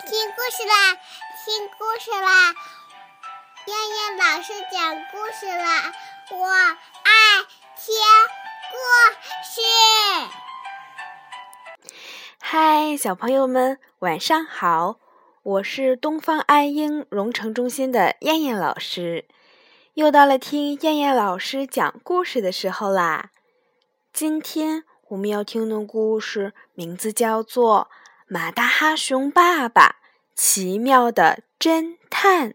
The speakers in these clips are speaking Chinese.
听故事啦，听故事啦！燕燕老师讲故事啦，我爱听故事。 嗨，小朋友们，晚上好！我是东方爱婴蓉城中心的燕燕老师，又到了听燕燕老师讲故事的时候啦。今天我们要听的故事名字叫做《马大哈熊爸爸奇妙的侦探》。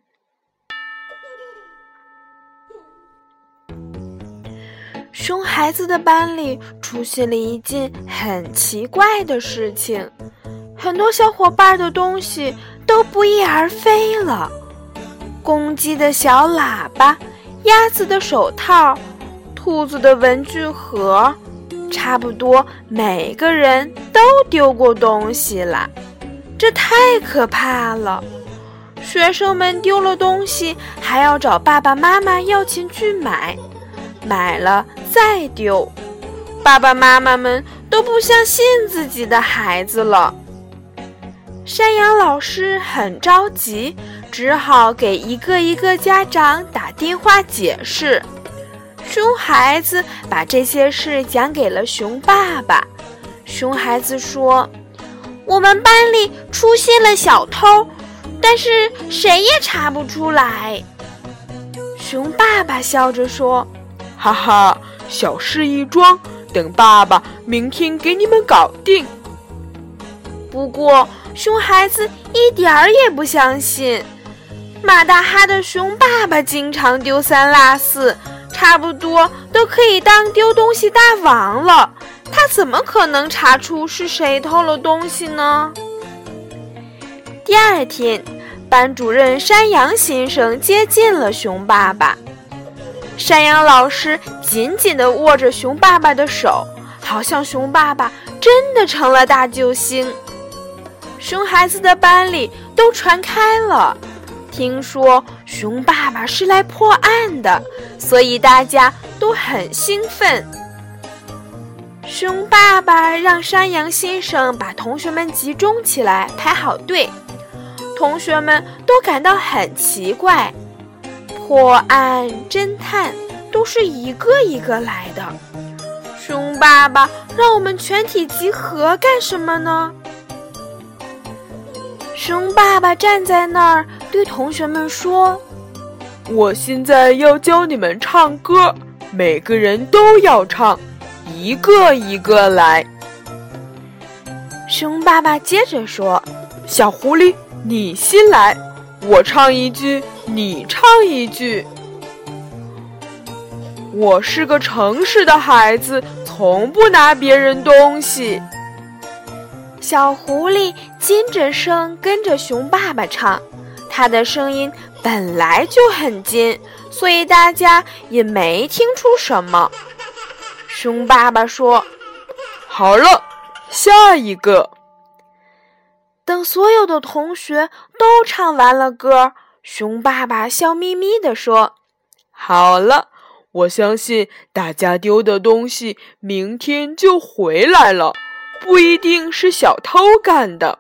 熊孩子的班里出现了一件很奇怪的事情，很多小伙伴的东西都不翼而飞了。公鸡的小喇叭，鸭子的手套，兔子的文具盒，差不多每个人都丢过东西了，这太可怕了。学生们丢了东西还要找爸爸妈妈要钱去买，买了再丢，爸爸妈妈们都不相信自己的孩子了。山羊老师很着急，只好给一个家长打电话解释。熊孩子把这些事讲给了熊爸爸。熊孩子说，我们班里出现了小偷，但是谁也查不出来。熊爸爸笑着说， 哈哈，小事一桩，等爸爸明天给你们搞定。 不过熊孩子一点儿也不相信，马大哈的熊爸爸经常丢三落四，差不多都可以当丢东西大王了，他怎么可能查出是谁偷了东西呢？第二天，班主任山羊先生接近了熊爸爸。山羊老师紧紧地握着熊爸爸的手，好像熊爸爸真的成了大救星。熊孩子的班里都传开了，听说熊爸爸是来破案的，所以大家都很兴奋。熊爸爸让山羊先生把同学们集中起来，排好队。同学们都感到很奇怪，破案侦探都是一个一个来的，熊爸爸让我们全体集合干什么呢？熊爸爸站在那儿对同学们说， 我现在要教你们唱歌，每个人都要唱，一个一个来。 熊爸爸接着说， 小狐狸，你先来，我唱一句，你唱一句。我是个诚实的孩子，从不拿别人东西。 小狐狸尖着声跟着熊爸爸唱，他的声音本来就很尖，所以大家也没听出什么。熊爸爸说， 好了，下一个。 等所有的同学都唱完了歌，熊爸爸笑眯眯地说， 好了，我相信大家丢的东西明天就回来了，不一定是小偷干的。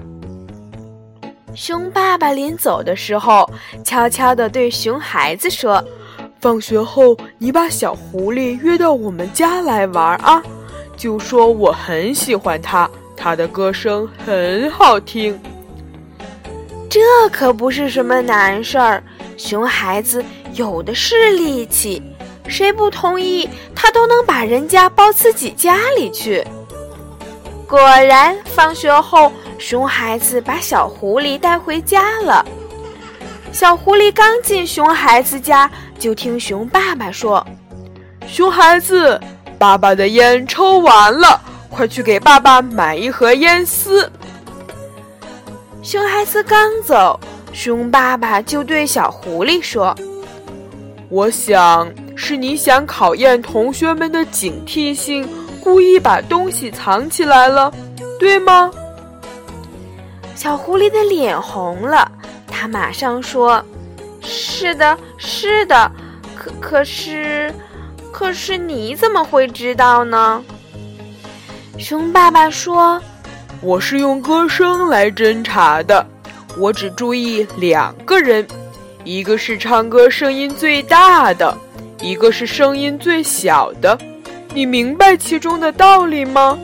熊爸爸临走的时候，悄悄地对熊孩子说， 放学后你把小狐狸约到我们家来玩啊，就说我很喜欢它，它的歌声很好听。 这可不是什么难事儿，熊孩子有的是力气，谁不同意他都能把人家抱自己家里去。果然，放学后熊孩子把小狐狸带回家了。小狐狸刚进熊孩子家，就听熊爸爸说， 熊孩子，爸爸的烟抽完了，快去给爸爸买一盒烟丝。 熊孩子刚走，熊爸爸就对小狐狸说， 我想是你想考验同学们的警惕性，故意把东西藏起来了，对吗？ 小狐狸的脸红了，他马上说，是的，是的，可是你怎么会知道呢？熊爸爸说， 我是用歌声来侦查的， 我只注意2个人，一个是唱歌声音最大的，一个是声音最小的。你明白其中的道理吗？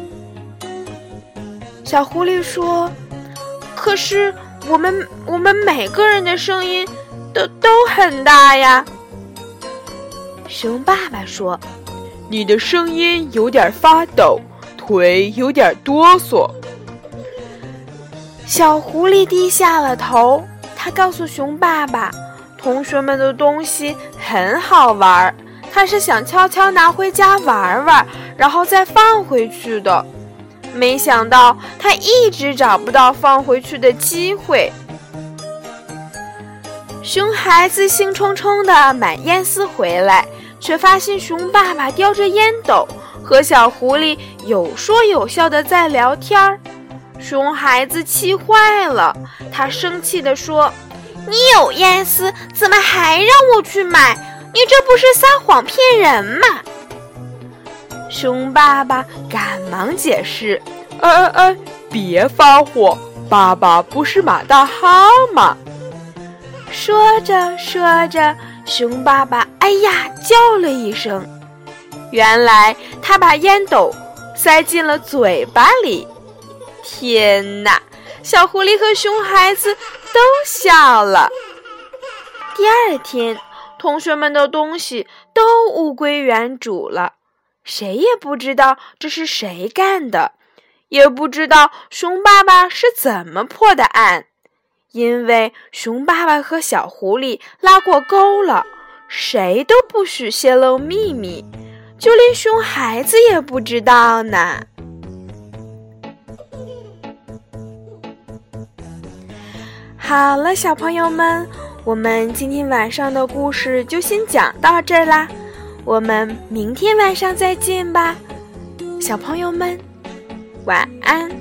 小狐狸说：“可是我们每个人的声音都很大呀。”熊爸爸说：“ 你的声音有点发抖，腿有点哆嗦。” 小狐狸低下了头，他告诉熊爸爸，同学们的东西很好玩，他是想悄悄拿回家玩玩，然后再放回去的。没想到他一直找不到放回去的机会。熊孩子兴冲冲地买烟丝回来，却发现熊爸爸叼着烟斗和小狐狸有说有笑地在聊天。熊孩子气坏了，他生气地说：“你有烟丝，怎么还让我去买？你这不是撒谎骗人吗？”熊爸爸赶忙解释：“ 别发火，爸爸不是马大哈吗？” 说着说着，熊爸爸哎呀叫了一声，原来他把烟斗塞进了嘴巴里。天哪！小狐狸和熊孩子都笑了。第2天，同学们的东西都物归原主了，谁也不知道这是谁干的，也不知道熊爸爸是怎么破的案。因为熊爸爸和小狐狸拉过钩了，谁都不许泄露秘密，就连熊孩子也不知道呢。好了，小朋友们，我们今天晚上的故事就先讲到这儿啦，我们明天晚上再见吧，小朋友们，晚安。